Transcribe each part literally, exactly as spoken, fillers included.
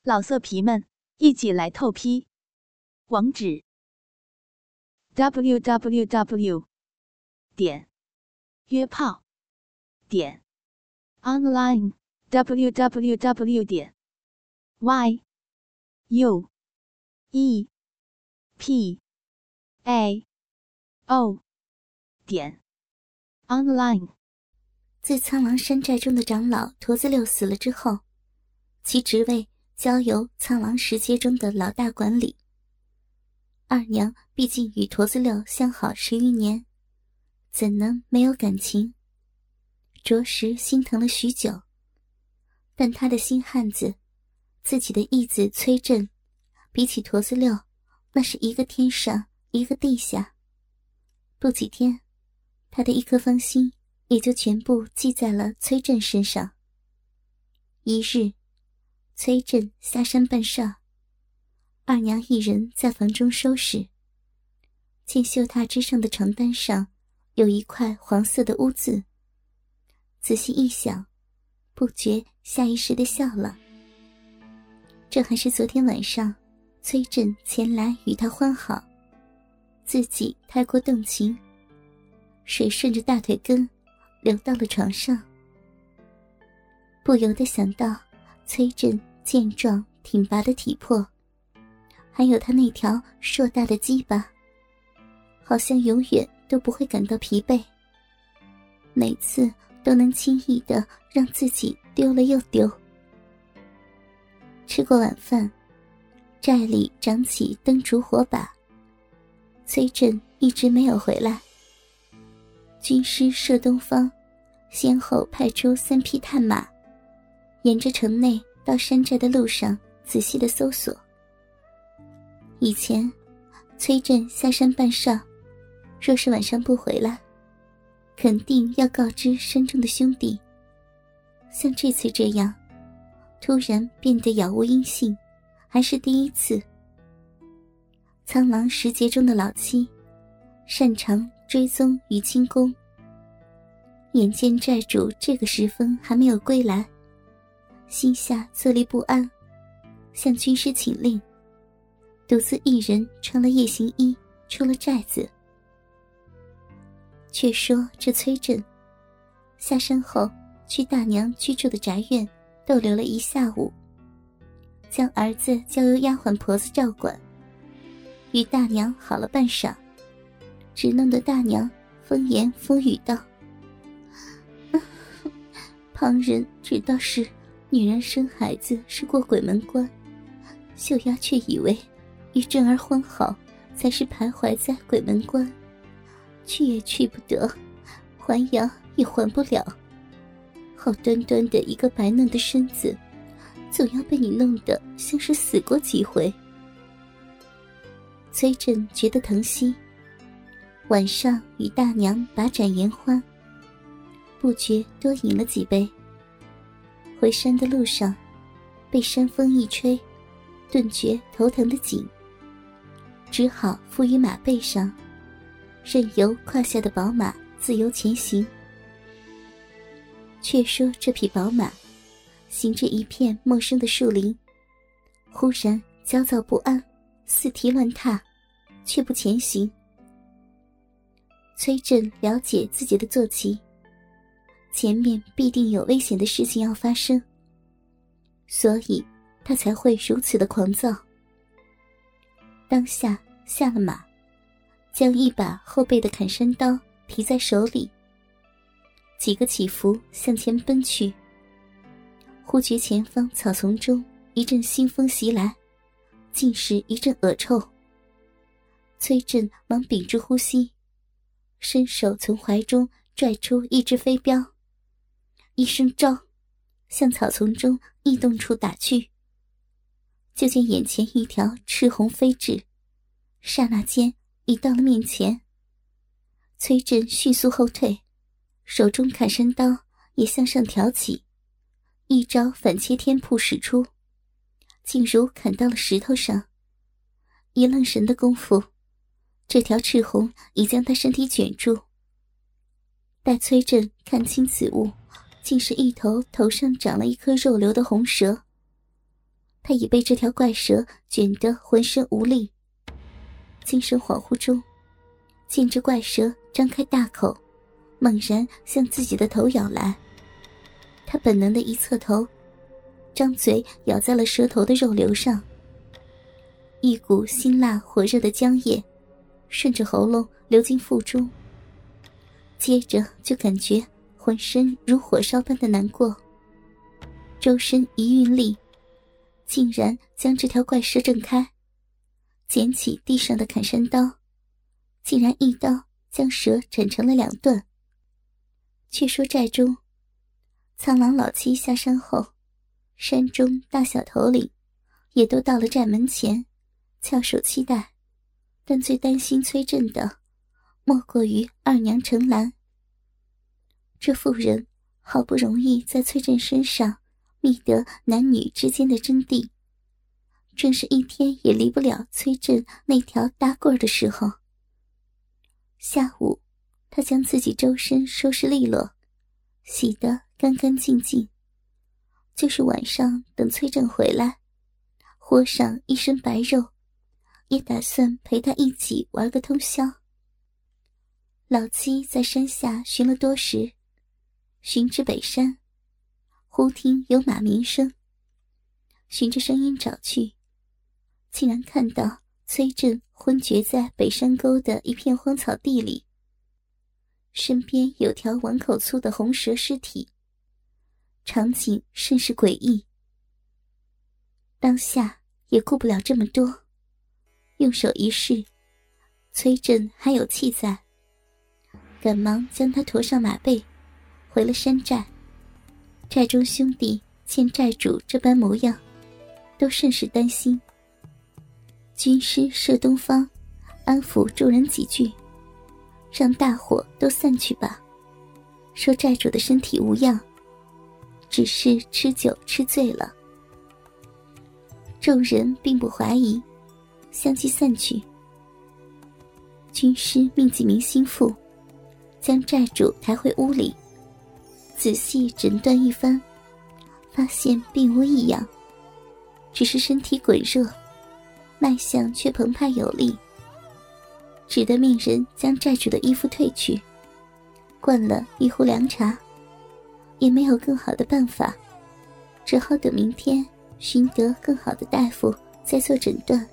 老色皮们，一起来透批！网址 ：double u double u double u 点约炮点 online double u double u double u 点 y u e p a o 点 online。 自苍狼山寨中的长老驼子六死了之后，其职位交由苍狼石阶中的老大管理。二娘毕竟与驼子六相好十余年，怎能没有感情？着实心疼了许久，但他的新汉子，自己的义子崔振，比起驼子六，那是一个天上一个地下。不几天，他的一颗芳心也就全部记在了崔振身上。一日，崔振下山办事，二娘一人在房中收拾，见绣榻之上的床单上有一块黄色的污渍，仔细一想，不觉下意识地笑了。这还是昨天晚上崔振前来与他欢好，自己太过动情，水顺着大腿根流到了床上，不由得想到崔振健壮挺拔的体魄，还有他那条硕大的鸡巴，好像永远都不会感到疲惫，每次都能轻易地让自己丢了又丢。吃过晚饭，寨里长起灯烛火把，崔振一直没有回来。军师射东方先后派出三匹探马，沿着城内到山寨的路上仔细地搜索。以前崔振下山办事，若是晚上不回来，肯定要告知山中的兄弟。像这次这样突然变得杳无音信，还是第一次。苍狼石阶中的老七擅长追踪与轻功，眼见寨主这个时分还没有归来，心下坐立不安，向军师请令，独自一人穿了夜行衣出了寨子。却说这崔振下山后去大娘居住的宅院逗留了一下午，将儿子交由丫鬟婆子照管，与大娘好了半晌，只弄得大娘风言风语道：旁人知道是女人生孩子是过鬼门关，秀丫却以为与振儿婚好才是徘徊在鬼门关，去也去不得，还阳也还不了。好端端的一个白嫩的身子，总要被你弄得像是死过几回。崔振觉得疼惜，晚上与大娘把盏言欢，不觉多饮了几杯。回山的路上，被山风一吹，顿觉头疼的紧，只好伏于马背上，任由胯下的宝马自由前行。却说这匹宝马行着一片陌生的树林，忽然焦躁不安，四蹄乱踏，却不前行。崔振了解自己的坐骑，前面必定有危险的事情要发生，所以他才会如此的狂躁。当下下了马，将一把后背的砍山刀提在手里，几个起伏向前奔去。忽觉前方草丛中一阵腥风袭来，尽是一阵恶臭。崔振忙屏住呼吸，伸手从怀中拽出一只飞镖，一声招，向草丛中异动处打去。就见眼前一条赤红飞至，刹那间已到了面前。崔振迅速后退，手中砍山刀也向上挑起，一招反切天瀑使出，竟如砍到了石头上。一愣神的功夫，这条赤红已将他身体卷住。待崔振看清此物，竟是一头头上长了一颗肉瘤的红蛇。 他已被这条怪蛇卷得浑身无力。精神恍惚中，见这怪蛇张开大口，猛然向自己的头咬来。他本能的一侧头，张嘴咬在了蛇头的肉瘤上。一股辛辣火热的浆液顺着喉咙流进腹中，接着就感觉浑身如火烧般的难过。周身一运力，竟然将这条怪蛇挣开，捡起地上的砍山刀，竟然一刀将蛇斩成了两段。却说寨中，苍狼老七下山后，山中大小头领也都到了寨门前，翘首期待。但最担心崔振的，莫过于二娘程兰。这妇人好不容易在崔振身上觅得男女之间的真谛，正是一天也离不了崔振那条大棍儿的时候。下午，他将自己周身收拾利落，洗得干干净净，就是晚上等崔振回来，和上一身白肉，也打算陪他一起玩个通宵。老七在山下寻了多时，寻至北山，忽听有马鸣声，循着声音找去，竟然看到崔振昏厥在北山沟的一片荒草地里，身边有条碗口粗的红蛇尸体，场景甚是诡异。当下也顾不了这么多，用手一试，崔振还有气在，赶忙将他驮上马背，回了山寨。寨中兄弟见寨主这般模样，都甚是担心。军师射东方安抚众人几句，让大伙都散去吧，说寨主的身体无恙，只是吃酒吃醉了。众人并不怀疑，相继散去。军师命几名心腹将寨主抬回屋里，仔细诊断一番，发现并无异样，只是身体滚热，脉象却澎湃有力，只得命人将寨主的衣服褪去，灌了一壶凉茶，也没有更好的办法，只好等明天寻得更好的大夫再做诊断。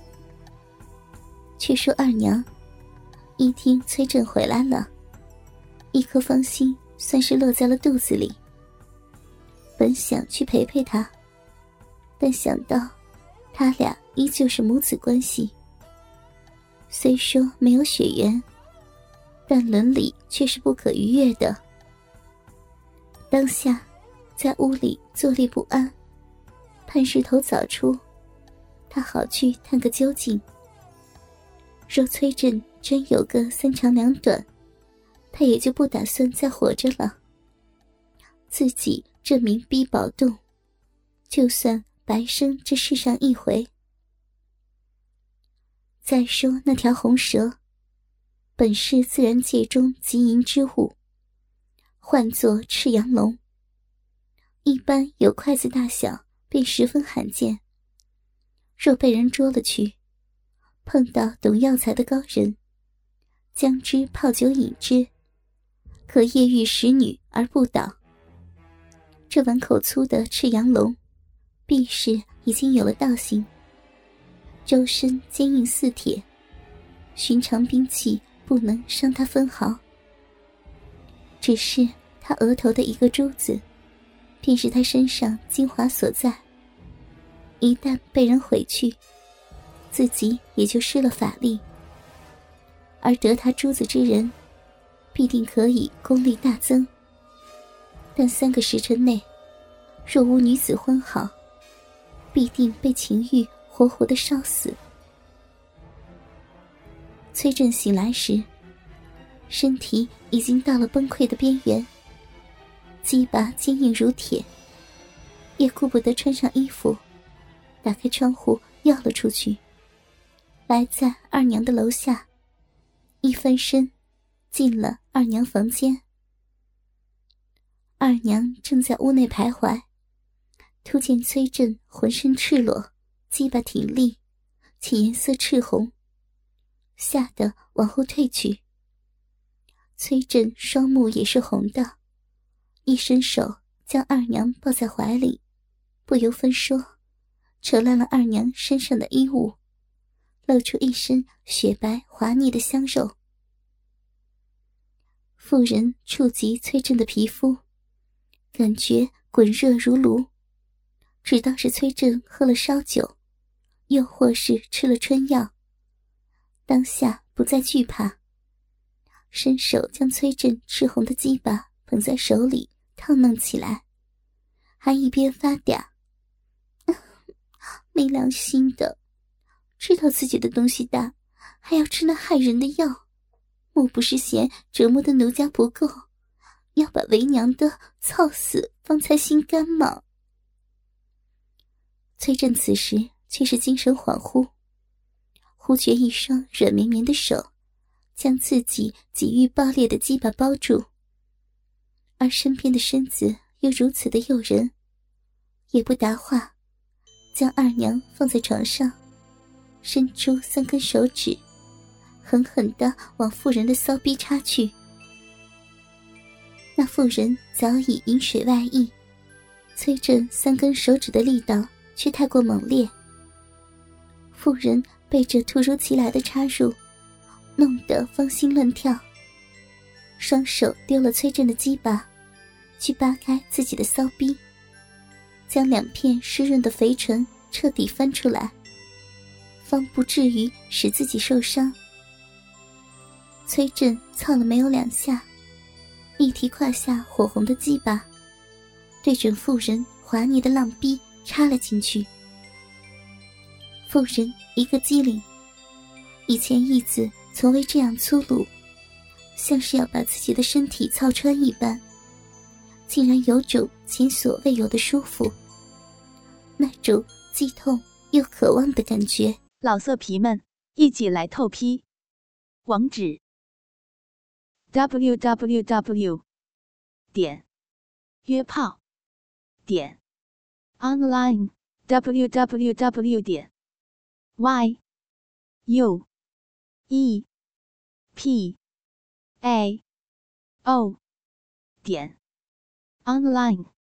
却说二娘一听崔振回来了，一颗芳心算是落在了肚子里。本想去陪陪他，但想到他俩依旧是母子关系，虽说没有血缘，但伦理却是不可逾越的。当下在屋里坐立不安，盼日头早出，他好去探个究竟。若崔振真有个三长两短，他也就不打算再活着了。自己这名逼宝洞，就算白生这世上一回。再说那条红蛇，本是自然界中极淫之物，唤作赤阳龙，一般有筷子大小，便十分罕见。若被人捉了去，碰到懂药材的高人，将之泡酒饮之，可夜遇使女而不倒。这碗口粗的赤阳龙，必是已经有了道行，周身坚硬似铁，寻常兵器不能伤他分毫。只是他额头的一个珠子，便是他身上精华所在，一旦被人毁去，自己也就失了法力，而得他珠子之人，必定可以功力大增。但三个时辰内，若无女子欢好，必定被情欲活活的烧死。崔振醒来时，身体已经到了崩溃的边缘，鸡巴坚硬如铁，也顾不得穿上衣服，打开窗户跃了出去，来在二娘的楼下，一翻身进了二娘房间。二娘正在屋内徘徊， 突见崔振浑身赤裸，鸡巴挺立，且颜色赤红，吓得往后退去。崔振双目也是红的，一伸手将二娘抱在怀里，不由分说扯烂了二娘身上的衣物，露出一身雪白滑腻的香肉。妇人触及崔振的皮肤，感觉滚热如炉，知道是崔振喝了烧酒，又或是吃了春药，当下不再惧怕，伸手将崔振赤红的鸡巴捧在手里烫弄起来，还一边发嗲：没良心的，知道自己的东西大，还要吃那害人的药，莫不是嫌折磨的奴家不够，要把为娘的操死方才心甘吗？崔振此时却是精神恍惚，忽觉一双软绵绵的手将自己几欲爆裂的鸡巴包住，而身边的身子又如此的诱人，也不答话，将二娘放在床上，伸出三根手指，狠狠地往妇人的骚逼插去。那妇人早已饮水外溢，崔振三根手指的力道却太过猛烈，妇人被这突如其来的插入弄得芳心乱跳，双手丢了崔振的鸡巴，去扒开自己的骚逼，将两片湿润的肥唇彻底翻出来，方不至于使自己受伤。崔振操了没有两下，一提胯下火红的鸡巴，对准妇人滑腻的浪逼插了进去。妇人一个机灵，以前义子从未这样粗鲁，像是要把自己的身体操穿一般，竟然有种前所未有的舒服，那种既痛又渴望的感觉。 老色皮们，一起来透批！网址 ：double-u double-u double-u 点约炮点 online double-u double-u double-u 点 y u e p a o 点 online。